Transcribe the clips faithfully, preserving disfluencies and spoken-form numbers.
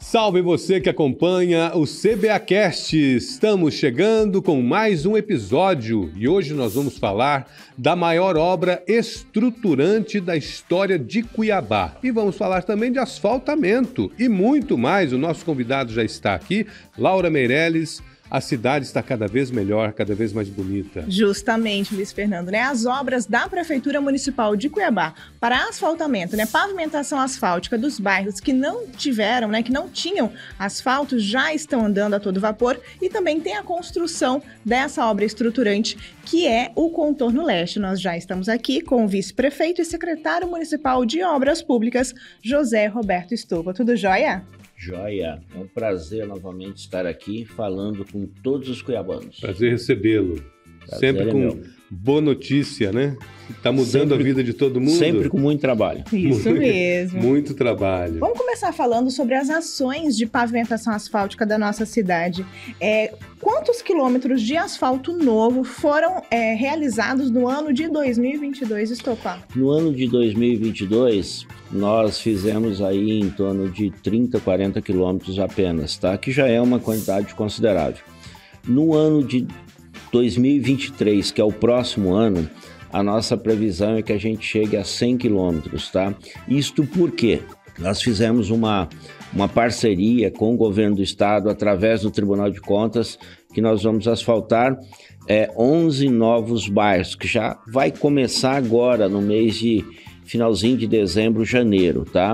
Salve você que acompanha o C B A Cast. Estamos chegando com mais um episódio e hoje nós vamos falar da maior obra estruturante da história de Cuiabá. E vamos falar também de asfaltamento e muito mais. O nosso convidado já está aqui, Laura Meirelles. A cidade está cada vez melhor, cada vez mais bonita. Justamente, Luiz Fernando, né? As obras da Prefeitura Municipal de Cuiabá para asfaltamento, né? Pavimentação asfáltica dos bairros que não tiveram, né? Que não tinham asfalto, já estão andando a todo vapor. E também tem a construção dessa obra estruturante, que é o Contorno Leste. Nós já estamos aqui com o vice-prefeito e secretário municipal de Obras Públicas, José Roberto Estupa. Tudo jóia? Joia, é um prazer novamente estar aqui falando com todos os cuiabanos. Prazer recebê-lo. Sempre é com meu. boa notícia, né? Está mudando Sempre, a vida de todo mundo. Sempre com muito trabalho. Isso muito, mesmo. Muito trabalho. Vamos começar falando sobre as ações de pavimentação asfáltica da nossa cidade. É, quantos quilômetros de asfalto novo foram é, realizados no ano de dois mil e vinte e dois, Estupa? No ano de dois mil e vinte e dois, nós fizemos aí em torno de trinta, quarenta quilômetros apenas, tá? Que já é uma quantidade considerável. No ano de dois mil e vinte e três, que é o próximo ano, a nossa previsão é que a gente chegue a cem quilômetros, tá? Isto porque nós fizemos uma, uma parceria com o governo do estado, através do Tribunal de Contas, que nós vamos asfaltar é, onze novos bairros, que já vai começar agora, no mês de finalzinho de dezembro, janeiro, tá?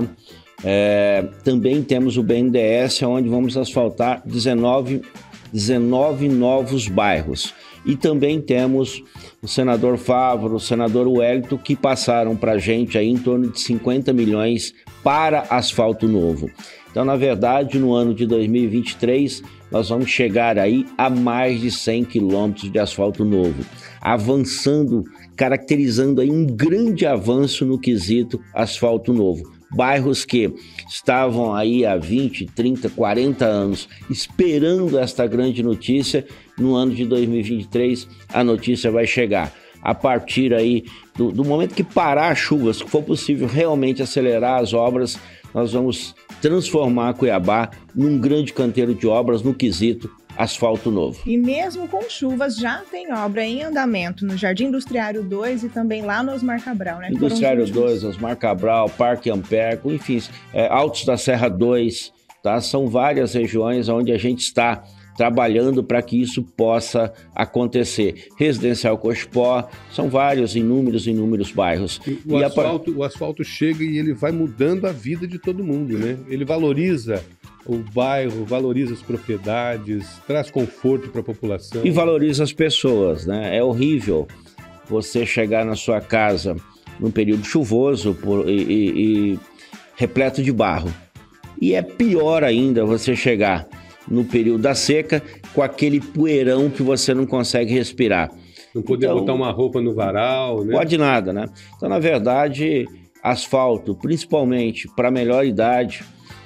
É, também temos o B N D E S, onde vamos asfaltar dezenove, dezenove novos bairros. E também temos o senador Fávaro, o senador Wellington, que passaram para a gente aí em torno de cinquenta milhões para asfalto novo. Então, na verdade, no ano de dois mil e vinte e três, nós vamos chegar aí a mais de cem quilômetros de asfalto novo, avançando, caracterizando aí um grande avanço no quesito asfalto novo. Bairros que estavam aí há vinte, trinta, quarenta anos esperando esta grande notícia, no ano de dois mil e vinte e três a notícia vai chegar. A partir aí do, do momento que parar as chuvas, que for possível realmente acelerar as obras, nós vamos transformar Cuiabá num grande canteiro de obras no quesito asfalto novo. E mesmo com chuvas, já tem obra em andamento no Jardim Industriário dois e também lá no Osmar Cabral, né? Industriário dois, Osmar Cabral, Parque Amperco, enfim, é, Altos da Serra dois, tá? São várias regiões onde a gente está trabalhando para que isso possa acontecer. Residencial Cochipó, são vários, inúmeros, inúmeros bairros. E o, e asfalto, a... o asfalto chega e ele vai mudando a vida de todo mundo, né? Ele valoriza o bairro, valoriza as propriedades, traz conforto para a população. E valoriza as pessoas, né? É horrível você chegar na sua casa num período chuvoso por, e, e, e repleto de barro. E é pior ainda você chegar no período da seca com aquele poeirão que você não consegue respirar. Não poder então, botar uma roupa no varal, né? Pode nada, né? Então, na verdade, asfalto, principalmente para a melhor idade,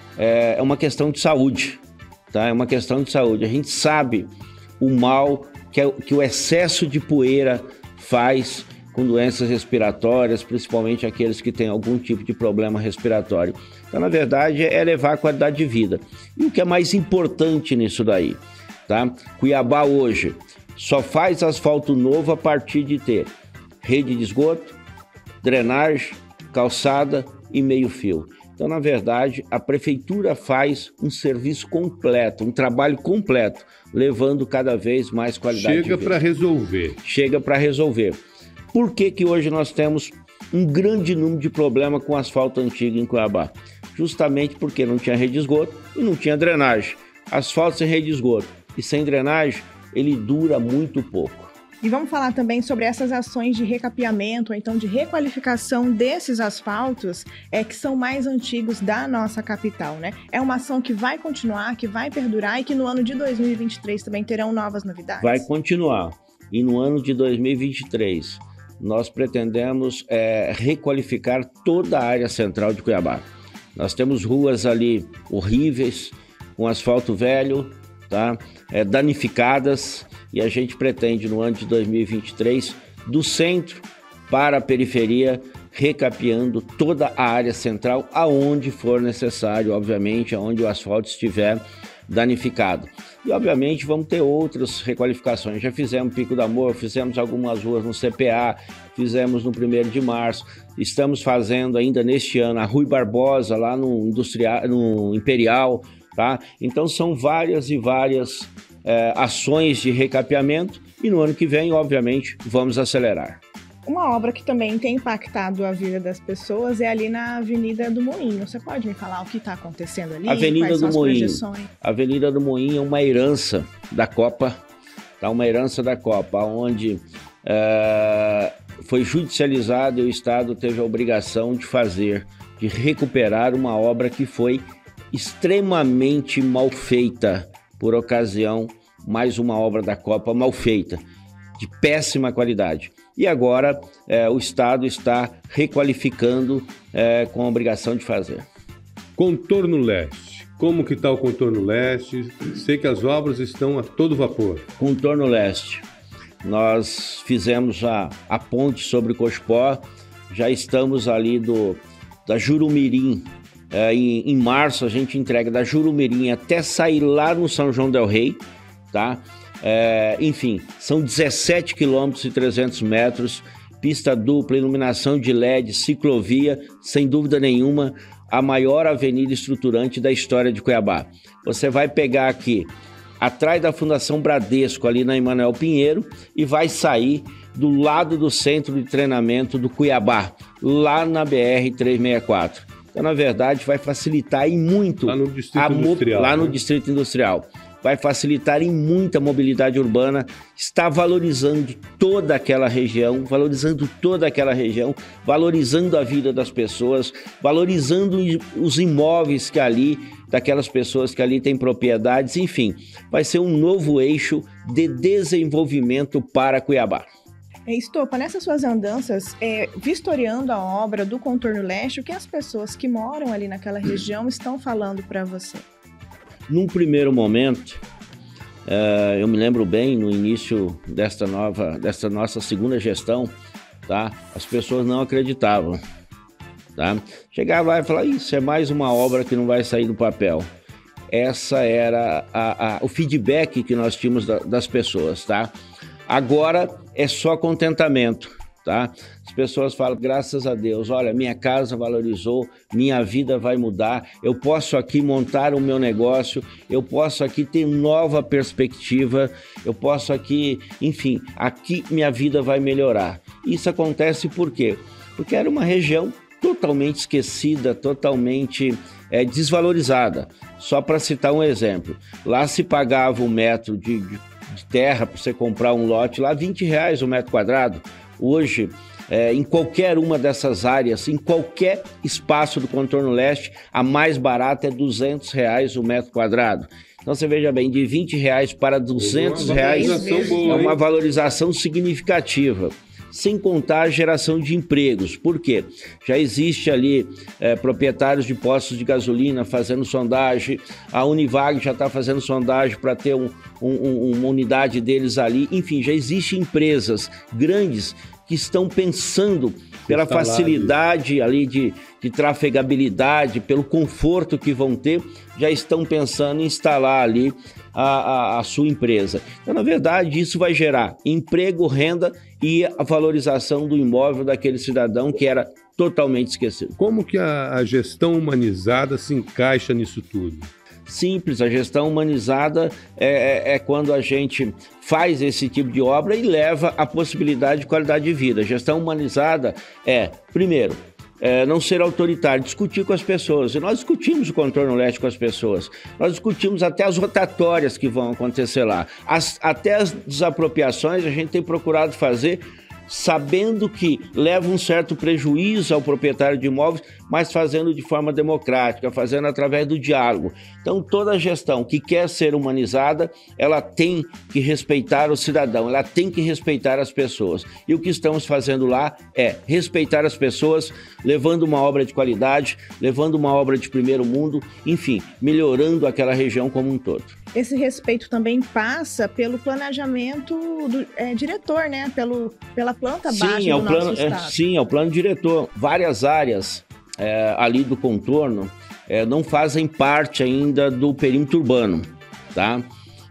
é uma questão de saúde, tá? É uma questão de saúde. A gente sabe o mal que, é, que o excesso de poeira faz com doenças respiratórias, principalmente aqueles que têm algum tipo de problema respiratório. Então, na verdade, é elevar a qualidade de vida. E o que é mais importante nisso daí, tá? Cuiabá hoje só faz asfalto novo a partir de ter rede de esgoto, drenagem, calçada e meio-fio. Então, na verdade, a prefeitura faz um serviço completo, um trabalho completo, levando cada vez mais qualidade Chega de vida. Chega para resolver. Chega para resolver. Por que que hoje nós temos um grande número de problemas com asfalto antigo em Cuiabá? Justamente porque não tinha rede de esgoto e não tinha drenagem. Asfalto sem rede de esgoto e sem drenagem, ele dura muito pouco. E vamos falar também sobre essas ações de recapeamento, ou então de requalificação desses asfaltos é, que são mais antigos da nossa capital, né? É uma ação que vai continuar, que vai perdurar e que no ano de dois mil e vinte e três também terão novas novidades? Vai continuar. E no ano de dois mil e vinte e três, nós pretendemos é, requalificar toda a área central de Cuiabá. Nós temos ruas ali horríveis, com asfalto velho, tá? É, danificadas, e a gente pretende, no ano de dois mil e vinte e três, do centro para a periferia, recapeando toda a área central, aonde for necessário, obviamente, aonde o asfalto estiver danificado. E, obviamente, vamos ter outras requalificações. Já fizemos Pico do Amor, fizemos algumas ruas no C P A, fizemos no primeiro de março, estamos fazendo ainda neste ano a Rui Barbosa, lá no, Industrial, no Imperial, tá? Então, são várias e várias é, ações de recapeamento e no ano que vem, obviamente, vamos acelerar. Uma obra que também tem impactado a vida das pessoas é ali na Avenida do Moinho. Você pode me falar o que está acontecendo ali? Avenida Quais do são as Moinho. projeções? A Avenida do Moinho é uma herança da Copa, tá? Uma herança da Copa, onde é, foi judicializado e o Estado teve a obrigação de fazer, de recuperar uma obra que foi extremamente mal feita por ocasião, mais uma obra da Copa mal feita, de péssima qualidade. E agora é, o Estado está requalificando é, com a obrigação de fazer. Contorno Leste. Como que está o Contorno Leste? Sei que as obras estão a todo vapor. Contorno Leste. Nós fizemos a, a ponte sobre o Cochipó, já estamos ali do, da Jurumirim. É, em, em março a gente entrega da Jurumirim até sair lá no São João del Rei, tá? É, enfim, são dezessete quilômetros e trezentos metros, pista dupla, iluminação de L E D, ciclovia, sem dúvida nenhuma, a maior avenida estruturante da história de Cuiabá. Você vai pegar aqui, atrás da Fundação Bradesco, ali na Emanuel Pinheiro, e vai sair do lado do centro de treinamento do Cuiabá, lá na B R trezentos e sessenta e quatro. Então, na verdade, vai facilitar e muito... Lá no Distrito Industrial. Lá no né? Distrito Industrial. Vai facilitar em muita mobilidade urbana, está valorizando toda aquela região, valorizando toda aquela região, valorizando a vida das pessoas, valorizando os imóveis que ali, daquelas pessoas que ali têm propriedades, enfim, vai ser um novo eixo de desenvolvimento para Cuiabá. Estopa, nessas suas andanças, é, vistoriando a obra do Contorno Leste, o que as pessoas que moram ali naquela região estão falando para você? Num primeiro momento, uh, eu me lembro bem, no início desta, nova, desta nossa segunda gestão, tá? As pessoas não acreditavam. Tá? Chegava lá e falava, isso é mais uma obra que não vai sair do papel. Essa era a, a, o feedback que nós tínhamos da, das pessoas. Tá? Agora é só contentamento. Tá? As pessoas falam, graças a Deus, olha, minha casa valorizou, minha vida vai mudar, eu posso aqui montar o meu negócio, eu posso aqui ter nova perspectiva, eu posso aqui, enfim, aqui minha vida vai melhorar. Isso acontece por quê? Porque era uma região totalmente esquecida, totalmente é, desvalorizada. Só para citar um exemplo, lá se pagava um metro de, de, de terra para você comprar um lote, lá vinte reais o metro quadrado. Hoje, é, em qualquer uma dessas áreas, em qualquer espaço do Contorno Leste, a mais barata é duzentos reais o metro quadrado. Então você veja bem, de vinte reais para duzentos reais é uma valorização significativa. Sem contar a geração de empregos. Por quê? Já existe ali é, proprietários de postos de gasolina fazendo sondagem, a Univag já está fazendo sondagem para ter um, um, uma unidade deles ali. Enfim, já existem empresas grandes que estão pensando pela facilidade ali de, de trafegabilidade, pelo conforto que vão ter, já estão pensando em instalar ali a, a, a sua empresa. Então, na verdade, isso vai gerar emprego, renda e a valorização do imóvel daquele cidadão que era totalmente esquecido. Como que a, a gestão humanizada se encaixa nisso tudo? Simples, a gestão humanizada é, é, é quando a gente faz esse tipo de obra e leva a possibilidade de qualidade de vida. A gestão humanizada é, primeiro, é, não ser autoritário, discutir com as pessoas. E nós discutimos o Contorno Leste com as pessoas. Nós discutimos até as rotatórias que vão acontecer lá. As, até as desapropriações a gente tem procurado fazer sabendo que leva um certo prejuízo ao proprietário de imóveis, mas fazendo de forma democrática, fazendo através do diálogo. Então, toda gestão que quer ser humanizada, ela tem que respeitar o cidadão, ela tem que respeitar as pessoas. E o que estamos fazendo lá é respeitar as pessoas, levando uma obra de qualidade, levando uma obra de primeiro mundo, enfim, melhorando aquela região como um todo. esse respeito também passa pelo planejamento do é, diretor, né? Pelo, pela planta baixa sim, é o do plano, nosso é, estado. sim, é o plano diretor. Várias áreas é, ali do contorno é, não fazem parte ainda do perímetro urbano, tá?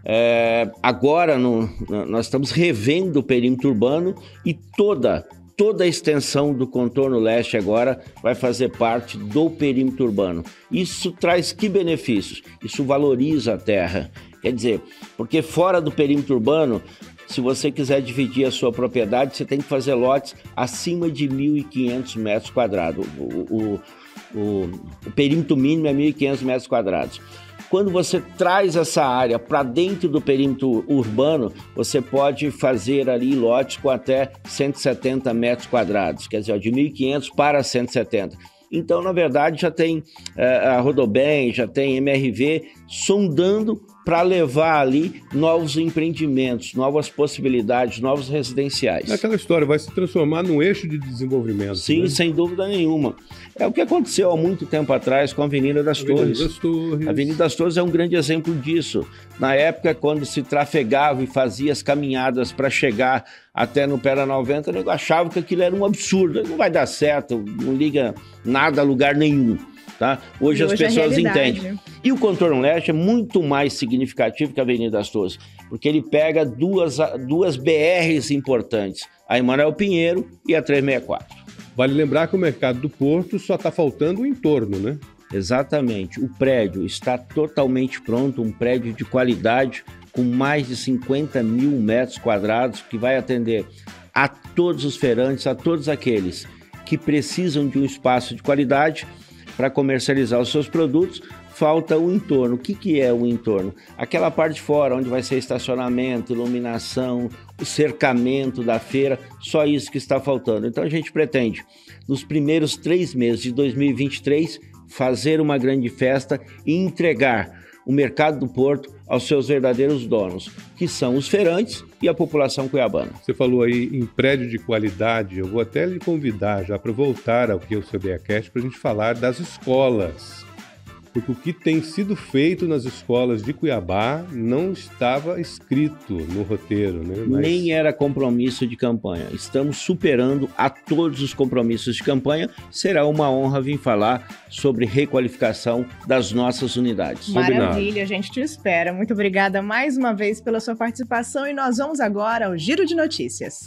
É, agora no, nós estamos revendo o perímetro urbano e toda, toda a extensão do contorno leste agora vai fazer parte do perímetro urbano. Isso traz que benefícios? Isso valoriza a terra. Quer dizer, porque fora do perímetro urbano, se você quiser dividir a sua propriedade, você tem que fazer lotes acima de mil e quinhentos metros quadrados. O, o, o, o perímetro mínimo é mil e quinhentos metros quadrados. Quando você traz essa área para dentro do perímetro urbano, você pode fazer ali lotes com até cento e setenta metros quadrados, quer dizer, de mil e quinhentos para cento e setenta. Então, na verdade, já tem uh, a Rodobem, já tem M R V sondando para levar ali novos empreendimentos, novas possibilidades, novos residenciais. É aquela história, vai se transformar num eixo de desenvolvimento. Sim, né? Sem dúvida nenhuma. É o que aconteceu há muito tempo atrás com a Avenida das Avenida Torres. das Torres. A Avenida das Torres é um grande exemplo disso. Na época, quando se trafegava e fazia as caminhadas para chegar até no Pera noventa, eu achava que aquilo era um absurdo. Não vai dar certo, não liga nada a lugar nenhum. Tá? Hoje, hoje as pessoas é entendem. E o contorno leste é muito mais significativo que a Avenida das Torres, porque ele pega duas, duas B Rs importantes, a Emanuel Pinheiro e a trezentos e sessenta e quatro. Vale lembrar que o mercado do Porto só está faltando o entorno, né? Exatamente. O prédio está totalmente pronto, um prédio de qualidade com mais de cinquenta mil metros quadrados, que vai atender a todos os feirantes, a todos aqueles que precisam de um espaço de qualidade para comercializar os seus produtos. Falta o entorno. O que, que é o entorno? Aquela parte de fora, onde vai ser estacionamento, iluminação, o cercamento da feira, só isso que está faltando. Então a gente pretende, nos primeiros três meses de dois mil e vinte e três, fazer uma grande festa e entregar o mercado do Porto aos seus verdadeiros donos, que são os feirantes e a população cuiabana. Você falou aí em prédio de qualidade, eu vou até lhe convidar já para voltar ao que é o CBAcast para a gente falar das escolas. Porque o que tem sido feito nas escolas de Cuiabá não estava escrito no roteiro, né? Mas... Nem era compromisso de campanha. Estamos superando a todos os compromissos de campanha. Será uma honra vir falar sobre requalificação das nossas unidades. Maravilha, a gente te espera. Muito obrigada mais uma vez pela sua participação e nós vamos agora ao Giro de Notícias.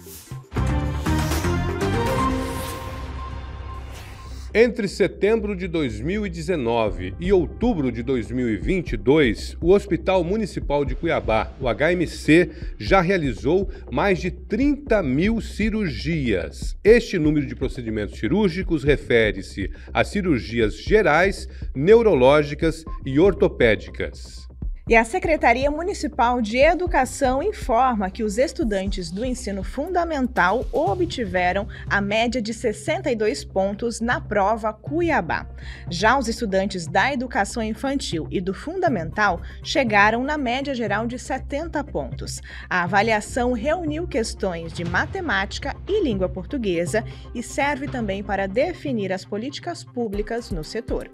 Entre setembro de dois mil e dezenove e outubro de dois mil e vinte e dois, o Hospital Municipal de Cuiabá, o H M C, já realizou mais de trinta mil cirurgias. Este número de procedimentos cirúrgicos refere-se a cirurgias gerais, neurológicas e ortopédicas. E a Secretaria Municipal de Educação informa que os estudantes do ensino fundamental obtiveram a média de sessenta e dois pontos na prova Cuiabá. Já os estudantes da educação infantil e do fundamental chegaram na média geral de setenta pontos. A avaliação reuniu questões de matemática e língua portuguesa e serve também para definir as políticas públicas no setor.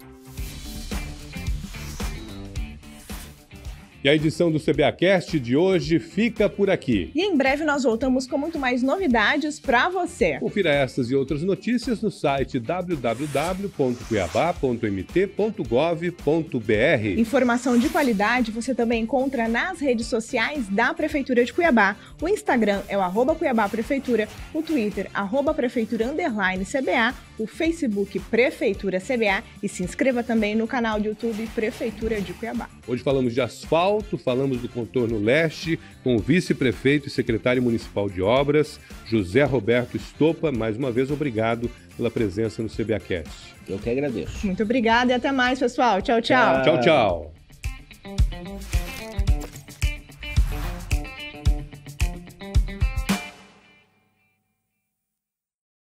E a edição do CBAcast de hoje fica por aqui. E em breve nós voltamos com muito mais novidades para você. Confira essas e outras notícias no site w w w ponto cuiabá ponto m t ponto gov ponto b r. Informação de qualidade você também encontra nas redes sociais da Prefeitura de Cuiabá. O Instagram é o arroba Cuiabá Prefeitura, o Twitter, arroba Prefeitura underline C B A, o Facebook Prefeitura C B A e se inscreva também no canal do YouTube Prefeitura de Cuiabá. Hoje falamos de asfalto, falamos do contorno leste com o vice-prefeito e secretário municipal de obras, José Roberto Estopa. Mais uma vez, obrigado pela presença no CBAcast. Eu que agradeço. Muito obrigada e até mais, pessoal. Tchau, tchau. Tchau, tchau.